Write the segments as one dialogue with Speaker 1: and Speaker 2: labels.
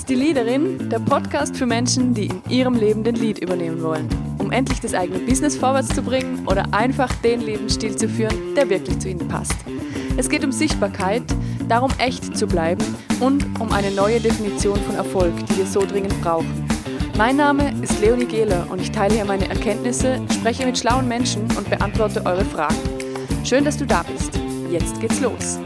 Speaker 1: ist die Leaderin, der Podcast für Menschen, die in ihrem Leben den Lead übernehmen wollen, um endlich das eigene Business vorwärts zu bringen oder einfach den Lebensstil zu führen, der wirklich zu ihnen passt. Es geht um Sichtbarkeit, darum echt zu bleiben und um eine neue Definition von Erfolg, die wir so dringend brauchen. Mein Name ist Leonie Gehler und ich teile hier meine Erkenntnisse, spreche mit schlauen Menschen und beantworte eure Fragen. Schön, dass du da bist. Jetzt geht's los.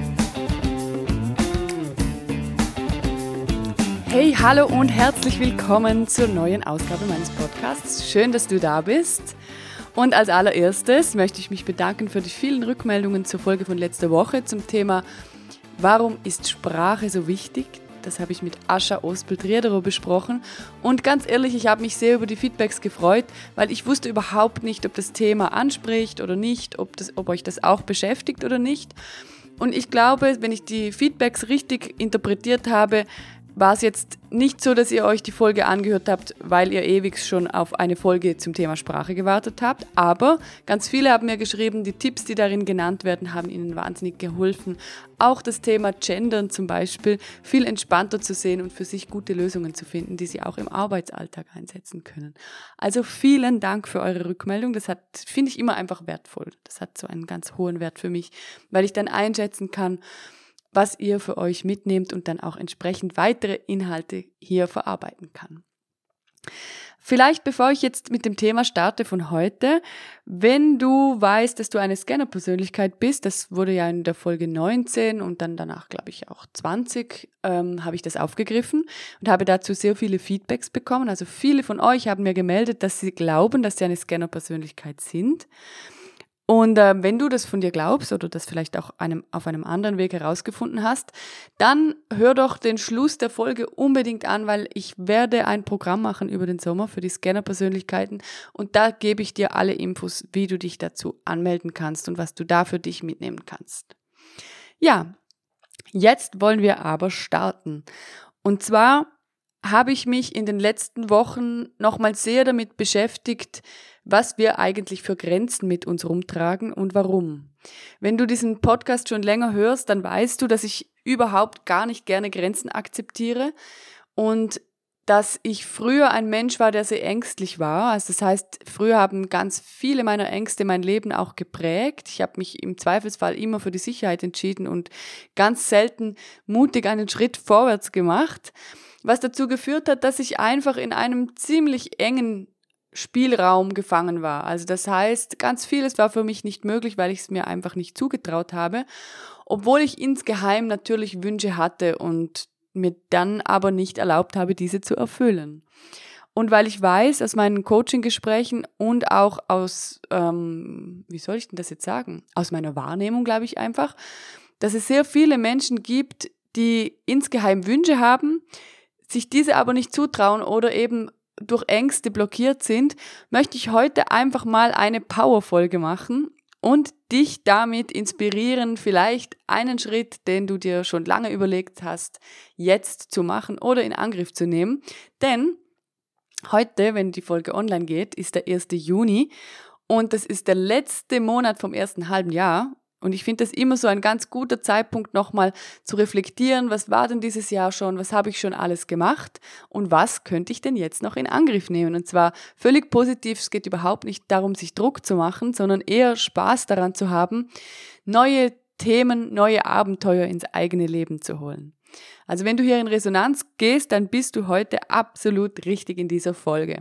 Speaker 1: Hey, hallo und herzlich willkommen zur neuen Ausgabe meines Podcasts. Schön, dass du da bist. Und als allererstes möchte ich mich bedanken für die vielen Rückmeldungen zur Folge von letzter Woche zum Thema Warum ist Sprache so wichtig? Das habe ich mit Ascha Ospel-Triederer besprochen. Und ganz ehrlich, ich habe mich sehr über die Feedbacks gefreut, weil ich wusste überhaupt nicht, ob das Thema anspricht oder nicht, ob euch das auch beschäftigt oder nicht. Und ich glaube, wenn ich die Feedbacks richtig interpretiert habe, war es jetzt nicht so, dass ihr euch die Folge angehört habt, weil ihr ewig schon auf eine Folge zum Thema Sprache gewartet habt. Aber ganz viele haben mir geschrieben, die Tipps, die darin genannt werden, haben ihnen wahnsinnig geholfen. Auch das Thema Gendern zum Beispiel viel entspannter zu sehen und für sich gute Lösungen zu finden, die sie auch im Arbeitsalltag einsetzen können. Also vielen Dank für eure Rückmeldung. Das finde ich immer einfach wertvoll. Das hat so einen ganz hohen Wert für mich, weil ich dann einschätzen kann, was ihr für euch mitnehmt und dann auch entsprechend weitere Inhalte hier verarbeiten kann. Vielleicht bevor ich jetzt mit dem Thema starte von heute, wenn du weißt, dass du eine Scanner-Persönlichkeit bist, das wurde ja in der Folge 19 und dann danach, glaube ich, auch 20, habe ich das aufgegriffen und habe dazu sehr viele Feedbacks bekommen. Also viele von euch haben mir gemeldet, dass sie glauben, dass sie eine Scanner-Persönlichkeit sind. Und wenn du das von dir glaubst oder das vielleicht auch auf einem anderen Weg herausgefunden hast, dann hör doch den Schluss der Folge unbedingt an, weil ich werde ein Programm machen über den Sommer für die Scanner-Persönlichkeiten und da gebe ich dir alle Infos, wie du dich dazu anmelden kannst und was du da für dich mitnehmen kannst. Ja, jetzt wollen wir aber starten. Und zwar habe ich mich in den letzten Wochen nochmal sehr damit beschäftigt, was wir eigentlich für Grenzen mit uns rumtragen und warum. Wenn du diesen Podcast schon länger hörst, dann weißt du, dass ich überhaupt gar nicht gerne Grenzen akzeptiere und dass ich früher ein Mensch war, der sehr ängstlich war. Also das heißt, früher haben ganz viele meiner Ängste mein Leben auch geprägt. Ich habe mich im Zweifelsfall immer für die Sicherheit entschieden und ganz selten mutig einen Schritt vorwärts gemacht, was dazu geführt hat, dass ich einfach in einem ziemlich engen Spielraum gefangen war. Also das heißt, ganz vieles war für mich nicht möglich, weil ich es mir einfach nicht zugetraut habe, obwohl ich insgeheim natürlich Wünsche hatte und mir dann aber nicht erlaubt habe, diese zu erfüllen. Und weil ich weiß aus meinen Coaching-Gesprächen und auch aus, wie soll ich denn das jetzt sagen, aus meiner Wahrnehmung, glaube ich einfach, dass es sehr viele Menschen gibt, die insgeheim Wünsche haben, sich diese aber nicht zutrauen oder eben durch Ängste blockiert sind, möchte ich heute einfach mal eine Power-Folge machen und dich damit inspirieren, vielleicht einen Schritt, den du dir schon lange überlegt hast, jetzt zu machen oder in Angriff zu nehmen. Denn heute, wenn die Folge online geht, ist der 1. Juni und das ist der letzte Monat vom ersten halben Jahr. Und ich finde das immer so ein ganz guter Zeitpunkt, nochmal zu reflektieren, was war denn dieses Jahr schon, was habe ich schon alles gemacht und was könnte ich denn jetzt noch in Angriff nehmen. Und zwar völlig positiv, es geht überhaupt nicht darum, sich Druck zu machen, sondern eher Spaß daran zu haben, neue Themen, neue Abenteuer ins eigene Leben zu holen. Also wenn du hier in Resonanz gehst, dann bist du heute absolut richtig in dieser Folge.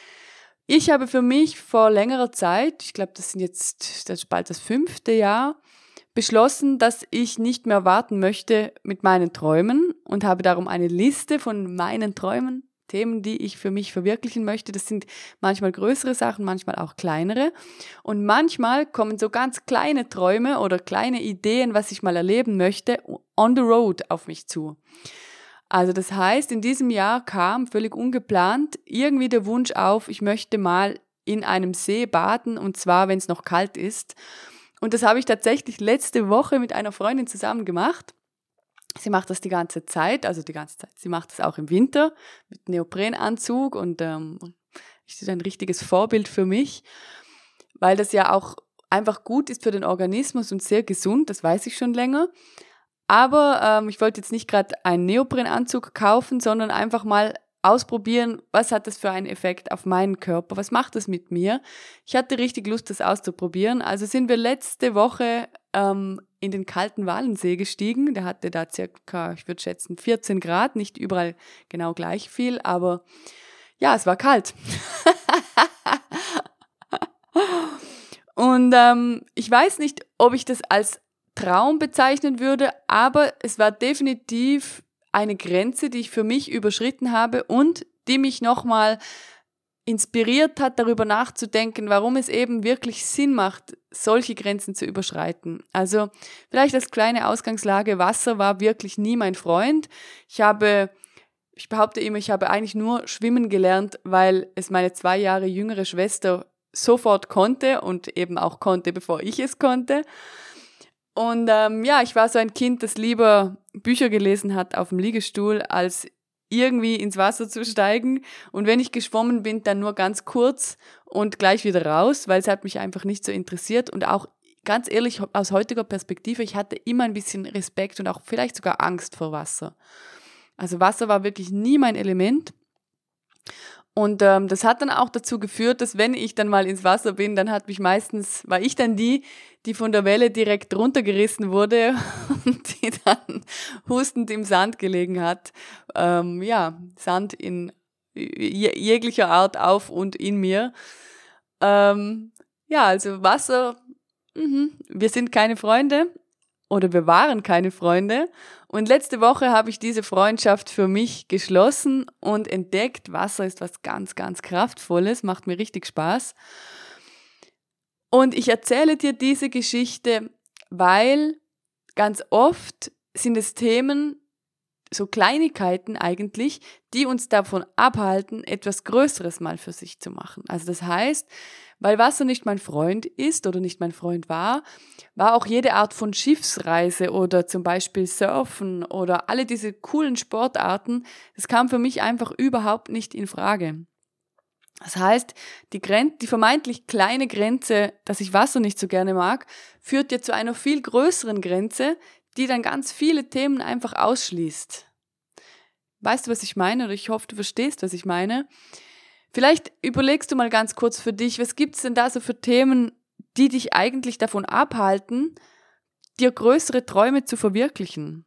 Speaker 1: Ich habe für mich vor längerer Zeit, ich glaube, das ist bald das 5. Jahr, beschlossen, dass ich nicht mehr warten möchte mit meinen Träumen und habe darum eine Liste von meinen Träumen, Themen, die ich für mich verwirklichen möchte. Das sind manchmal größere Sachen, manchmal auch kleinere. Und manchmal kommen so ganz kleine Träume oder kleine Ideen, was ich mal erleben möchte, on the road auf mich zu. Also das heißt, in diesem Jahr kam völlig ungeplant irgendwie der Wunsch auf, ich möchte mal in einem See baden und zwar, wenn es noch kalt ist. Und das habe ich tatsächlich letzte Woche mit einer Freundin zusammen gemacht. Sie macht das die ganze Zeit. Sie macht das auch im Winter mit Neoprenanzug und ist ein richtiges Vorbild für mich, weil das ja auch einfach gut ist für den Organismus und sehr gesund, das weiß ich schon länger. Aber ich wollte jetzt nicht gerade einen Neoprenanzug kaufen, sondern einfach mal ausprobieren, was hat das für einen Effekt auf meinen Körper, was macht das mit mir. Ich hatte richtig Lust, das auszuprobieren. Also sind wir letzte Woche in den kalten Walensee gestiegen. Der hatte da circa, ich würde schätzen, 14 Grad, nicht überall genau gleich viel, aber ja, es war kalt. Und ich weiß nicht, ob ich das als Traum bezeichnen würde, aber es war definitiv eine Grenze, die ich für mich überschritten habe und die mich nochmal inspiriert hat, darüber nachzudenken, warum es eben wirklich Sinn macht, solche Grenzen zu überschreiten. Also vielleicht als kleine Ausgangslage, Wasser war wirklich nie mein Freund. Ich behaupte immer, ich habe eigentlich nur schwimmen gelernt, weil es meine 2 Jahre jüngere Schwester sofort konnte und eben auch konnte, bevor ich es konnte. Und ich war so ein Kind, das lieber Bücher gelesen hat auf dem Liegestuhl, als irgendwie ins Wasser zu steigen. Und wenn ich geschwommen bin, dann nur ganz kurz und gleich wieder raus, weil es hat mich einfach nicht so interessiert. Und auch ganz ehrlich, aus heutiger Perspektive, ich hatte immer ein bisschen Respekt und auch vielleicht sogar Angst vor Wasser. Also Wasser war wirklich nie mein Element. Und das hat dann auch dazu geführt, dass wenn ich dann mal ins Wasser bin, dann war ich dann die von der Welle direkt runtergerissen wurde und die dann hustend im Sand gelegen hat. Sand in jeglicher Art auf und in mir. Also Wasser, wir sind keine Freunde. Oder wir waren keine Freunde. Und letzte Woche habe ich diese Freundschaft für mich geschlossen und entdeckt, Wasser ist was ganz, ganz Kraftvolles, macht mir richtig Spaß. Und ich erzähle dir diese Geschichte, weil ganz oft sind es Themen, so Kleinigkeiten eigentlich, die uns davon abhalten, etwas Größeres mal für sich zu machen. Also das heißt, weil Wasser nicht mein Freund ist oder nicht mein Freund war auch jede Art von Schiffsreise oder zum Beispiel Surfen oder alle diese coolen Sportarten, das kam für mich einfach überhaupt nicht in Frage. Das heißt, die vermeintlich kleine Grenze, dass ich Wasser nicht so gerne mag, führt ja zu einer viel größeren Grenze, die dann ganz viele Themen einfach ausschließt. Weißt du, was ich meine? Oder ich hoffe, du verstehst, was ich meine. Vielleicht überlegst du mal ganz kurz für dich, was gibt's denn da so für Themen, die dich eigentlich davon abhalten, dir größere Träume zu verwirklichen?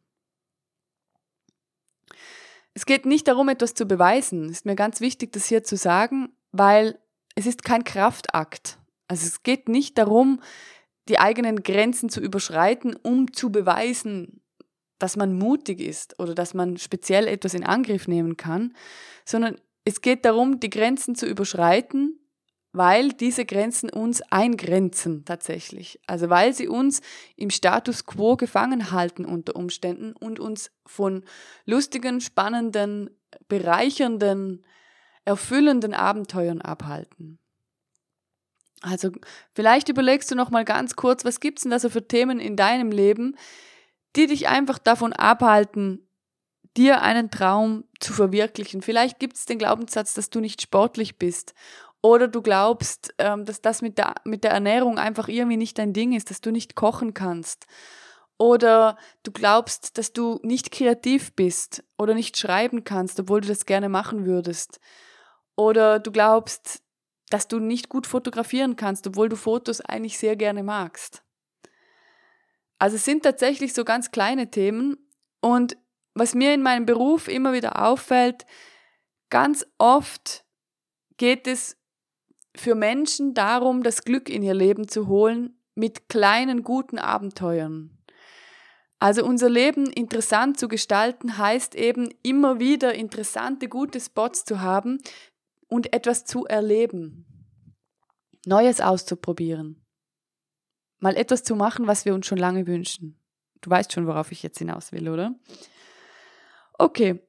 Speaker 1: Es geht nicht darum, etwas zu beweisen. Ist mir ganz wichtig, das hier zu sagen, weil es ist kein Kraftakt. Also es geht nicht darum, die eigenen Grenzen zu überschreiten, um zu beweisen, dass man mutig ist oder dass man speziell etwas in Angriff nehmen kann, sondern es geht darum, die Grenzen zu überschreiten, weil diese Grenzen uns eingrenzen tatsächlich. Also weil sie uns im Status quo gefangen halten unter Umständen und uns von lustigen, spannenden, bereichernden, erfüllenden Abenteuern abhalten. Also vielleicht überlegst du noch mal ganz kurz, was gibt's denn da so für Themen in deinem Leben, die dich einfach davon abhalten, dir einen Traum zu verwirklichen. Vielleicht gibt's den Glaubenssatz, dass du nicht sportlich bist oder du glaubst, dass das mit der Ernährung einfach irgendwie nicht dein Ding ist, dass du nicht kochen kannst oder du glaubst, dass du nicht kreativ bist oder nicht schreiben kannst, obwohl du das gerne machen würdest oder du glaubst, dass du nicht gut fotografieren kannst, obwohl du Fotos eigentlich sehr gerne magst. Also es sind tatsächlich so ganz kleine Themen und was mir in meinem Beruf immer wieder auffällt, ganz oft geht es für Menschen darum, das Glück in ihr Leben zu holen mit kleinen, guten Abenteuern. Also unser Leben interessant zu gestalten heißt eben immer wieder interessante, gute Spots zu haben, und etwas zu erleben, Neues auszuprobieren, mal etwas zu machen, was wir uns schon lange wünschen. Du weißt schon, worauf ich jetzt hinaus will, oder? Okay,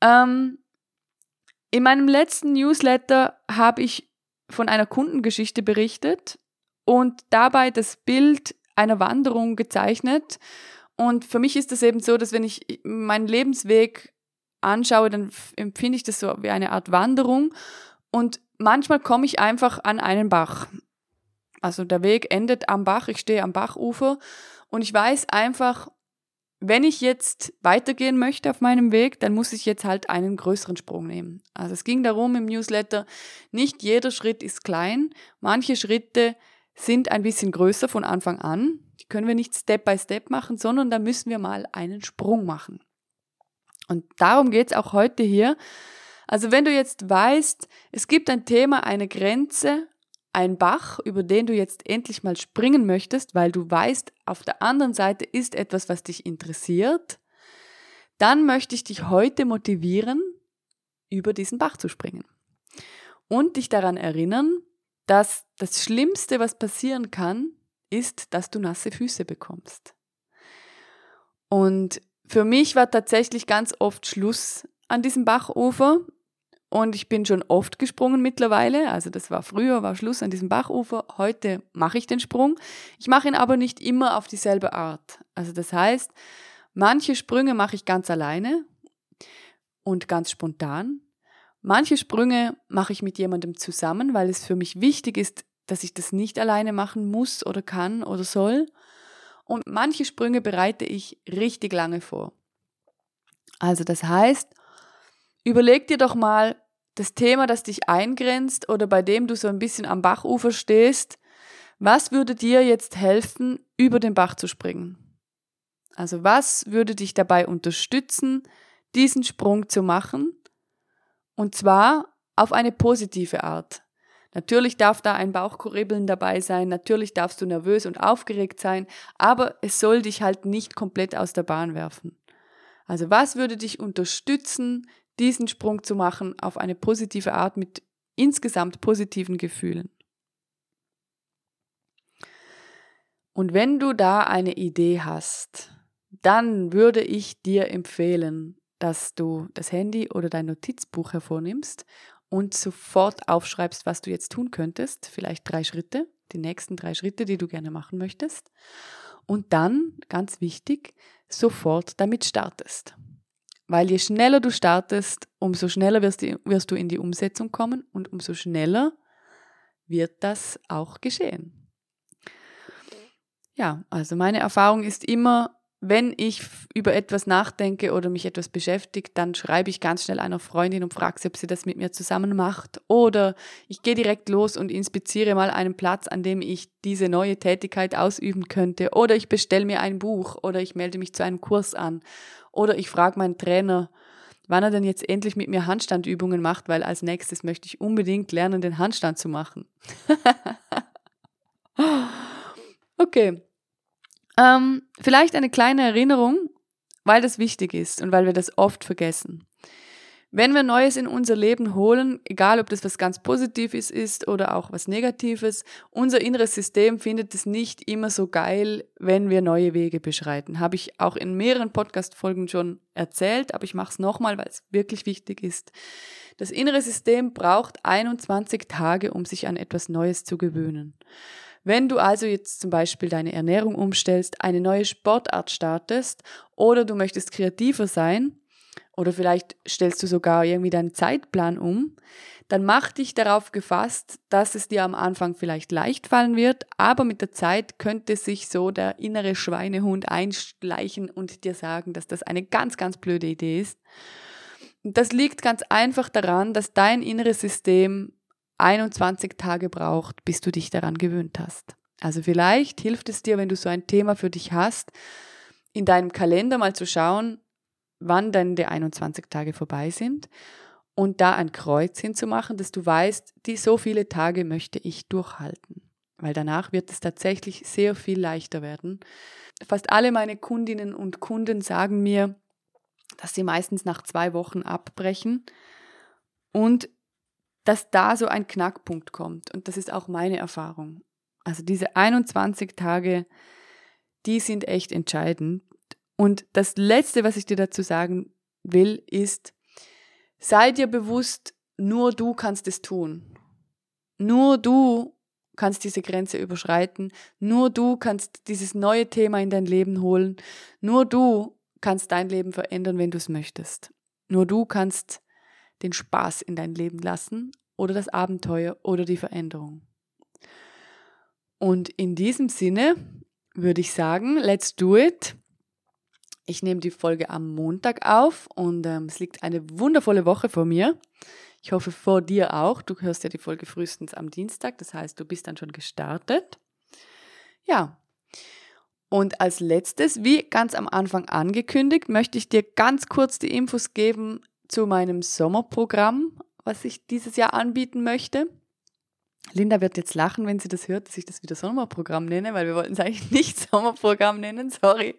Speaker 1: in meinem letzten Newsletter habe ich von einer Kundengeschichte berichtet und dabei das Bild einer Wanderung gezeichnet. Und für mich ist es eben so, dass wenn ich meinen Lebensweg anschaue, dann empfinde ich das so wie eine Art Wanderung. Und manchmal komme ich einfach an einen Bach. Also der Weg endet am Bach, ich stehe am Bachufer und ich weiß einfach, wenn ich jetzt weitergehen möchte auf meinem Weg, dann muss ich jetzt halt einen größeren Sprung nehmen. Also es ging darum im Newsletter, nicht jeder Schritt ist klein. Manche Schritte sind ein bisschen größer von Anfang an. Die können wir nicht Step by Step machen, sondern da müssen wir mal einen Sprung machen. Und darum geht es auch heute hier. Also wenn du jetzt weißt, es gibt ein Thema, eine Grenze, ein Bach, über den du jetzt endlich mal springen möchtest, weil du weißt, auf der anderen Seite ist etwas, was dich interessiert, dann möchte ich dich heute motivieren, über diesen Bach zu springen. Und dich daran erinnern, dass das Schlimmste, was passieren kann, ist, dass du nasse Füße bekommst. Und für mich war tatsächlich ganz oft Schluss an diesem Bachufer. Und ich bin schon oft gesprungen mittlerweile, also das war früher, war Schluss an diesem Bachufer. Heute mache ich den Sprung. Ich mache ihn aber nicht immer auf dieselbe Art. Also das heißt, manche Sprünge mache ich ganz alleine und ganz spontan. Manche Sprünge mache ich mit jemandem zusammen, weil es für mich wichtig ist, dass ich das nicht alleine machen muss oder kann oder soll. Und manche Sprünge bereite ich richtig lange vor. Also das heißt, überleg dir doch mal das Thema, das dich eingrenzt oder bei dem du so ein bisschen am Bachufer stehst. Was würde dir jetzt helfen, über den Bach zu springen? Also was würde dich dabei unterstützen, diesen Sprung zu machen? Und zwar auf eine positive Art. Natürlich darf da ein Bauchkribbeln dabei sein, natürlich darfst du nervös und aufgeregt sein, aber es soll dich halt nicht komplett aus der Bahn werfen. Also was würde dich unterstützen, diesen Sprung zu machen auf eine positive Art mit insgesamt positiven Gefühlen? Und wenn du da eine Idee hast, dann würde ich dir empfehlen, dass du das Handy oder dein Notizbuch hervornimmst und sofort aufschreibst, was du jetzt tun könntest. Vielleicht 3 Schritte, die nächsten 3 Schritte, die du gerne machen möchtest. Und dann, ganz wichtig, sofort damit startest. Weil je schneller du startest, umso schneller wirst du in die Umsetzung kommen und umso schneller wird das auch geschehen. Ja, also meine Erfahrung ist immer, wenn ich über etwas nachdenke oder mich etwas beschäftigt, dann schreibe ich ganz schnell einer Freundin und frage sie, ob sie das mit mir zusammen macht. Oder ich gehe direkt los und inspiziere mal einen Platz, an dem ich diese neue Tätigkeit ausüben könnte. Oder ich bestelle mir ein Buch oder ich melde mich zu einem Kurs an. Oder ich frage meinen Trainer, wann er denn jetzt endlich mit mir Handstandübungen macht, weil als nächstes möchte ich unbedingt lernen, den Handstand zu machen. Okay. Vielleicht eine kleine Erinnerung, weil das wichtig ist und weil wir das oft vergessen. Wenn wir Neues in unser Leben holen, egal ob das was ganz Positives ist oder auch was Negatives, unser inneres System findet es nicht immer so geil, wenn wir neue Wege beschreiten. Habe ich auch in mehreren Podcast-Folgen schon erzählt, aber ich mache es nochmal, weil es wirklich wichtig ist. Das innere System braucht 21 Tage, um sich an etwas Neues zu gewöhnen. Wenn du also jetzt zum Beispiel deine Ernährung umstellst, eine neue Sportart startest oder du möchtest kreativer sein oder vielleicht stellst du sogar irgendwie deinen Zeitplan um, dann mach dich darauf gefasst, dass es dir am Anfang vielleicht leicht fallen wird, aber mit der Zeit könnte sich so der innere Schweinehund einschleichen und dir sagen, dass das eine ganz, ganz blöde Idee ist. Und das liegt ganz einfach daran, dass dein inneres System 21 Tage braucht, bis du dich daran gewöhnt hast. Also vielleicht hilft es dir, wenn du so ein Thema für dich hast, in deinem Kalender mal zu schauen, wann denn die 21 Tage vorbei sind und da ein Kreuz hinzumachen, dass du weißt, so viele Tage möchte ich durchhalten. Weil danach wird es tatsächlich sehr viel leichter werden. Fast alle meine Kundinnen und Kunden sagen mir, dass sie meistens nach 2 Wochen abbrechen und dass da so ein Knackpunkt kommt. Und das ist auch meine Erfahrung. Also diese 21 Tage, die sind echt entscheidend. Und das Letzte, was ich dir dazu sagen will, ist, sei dir bewusst, nur du kannst es tun. Nur du kannst diese Grenze überschreiten. Nur du kannst dieses neue Thema in dein Leben holen. Nur du kannst dein Leben verändern, wenn du es möchtest. Nur du kannst den Spaß in dein Leben lassen oder das Abenteuer oder die Veränderung. Und in diesem Sinne würde ich sagen, let's do it. Ich nehme die Folge am Montag auf und es liegt eine wundervolle Woche vor mir. Ich hoffe vor dir auch. Du hörst ja die Folge frühestens am Dienstag, das heißt, du bist dann schon gestartet. Ja, und als letztes, wie ganz am Anfang angekündigt, möchte ich dir ganz kurz die Infos geben zu meinem Sommerprogramm, was ich dieses Jahr anbieten möchte. Linda wird jetzt lachen, wenn sie das hört, dass ich das wieder Sommerprogramm nenne, weil wir wollten es eigentlich nicht Sommerprogramm nennen, sorry.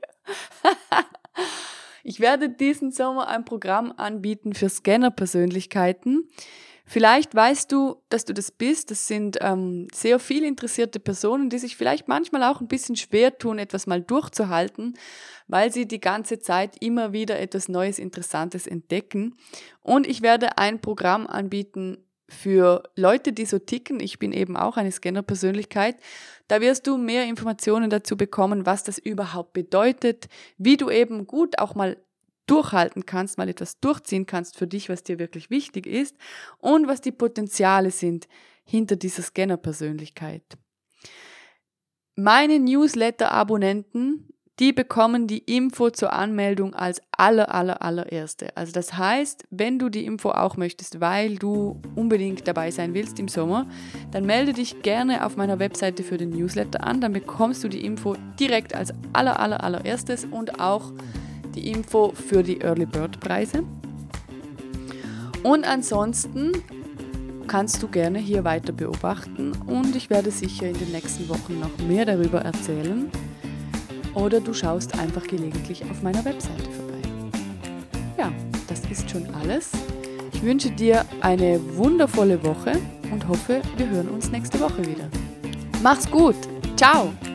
Speaker 1: Ich werde diesen Sommer ein Programm anbieten für Scanner-Persönlichkeiten. Vielleicht weißt du, dass du das bist. Das sind sehr viel interessierte Personen, die sich vielleicht manchmal auch ein bisschen schwer tun, etwas mal durchzuhalten, weil sie die ganze Zeit immer wieder etwas Neues, Interessantes entdecken. Und ich werde ein Programm anbieten für Leute, die so ticken. Ich bin eben auch eine Scanner-Persönlichkeit. Da wirst du mehr Informationen dazu bekommen, was das überhaupt bedeutet, wie du eben gut auch mal durchhalten kannst, mal etwas durchziehen kannst für dich, was dir wirklich wichtig ist und was die Potenziale sind hinter dieser Scanner-Persönlichkeit. Meine Newsletter-Abonnenten, die bekommen die Info zur Anmeldung als allererste. Also das heißt, wenn du die Info auch möchtest, weil du unbedingt dabei sein willst im Sommer, dann melde dich gerne auf meiner Webseite für den Newsletter an, dann bekommst du die Info direkt als allererstes und auch die Info für die Early Bird Preise. Und ansonsten kannst du gerne hier weiter beobachten und ich werde sicher in den nächsten Wochen noch mehr darüber erzählen. Oder du schaust einfach gelegentlich auf meiner Webseite vorbei. Ja, das ist schon alles. Ich wünsche dir eine wundervolle Woche und hoffe, wir hören uns nächste Woche wieder. Mach's gut. Ciao.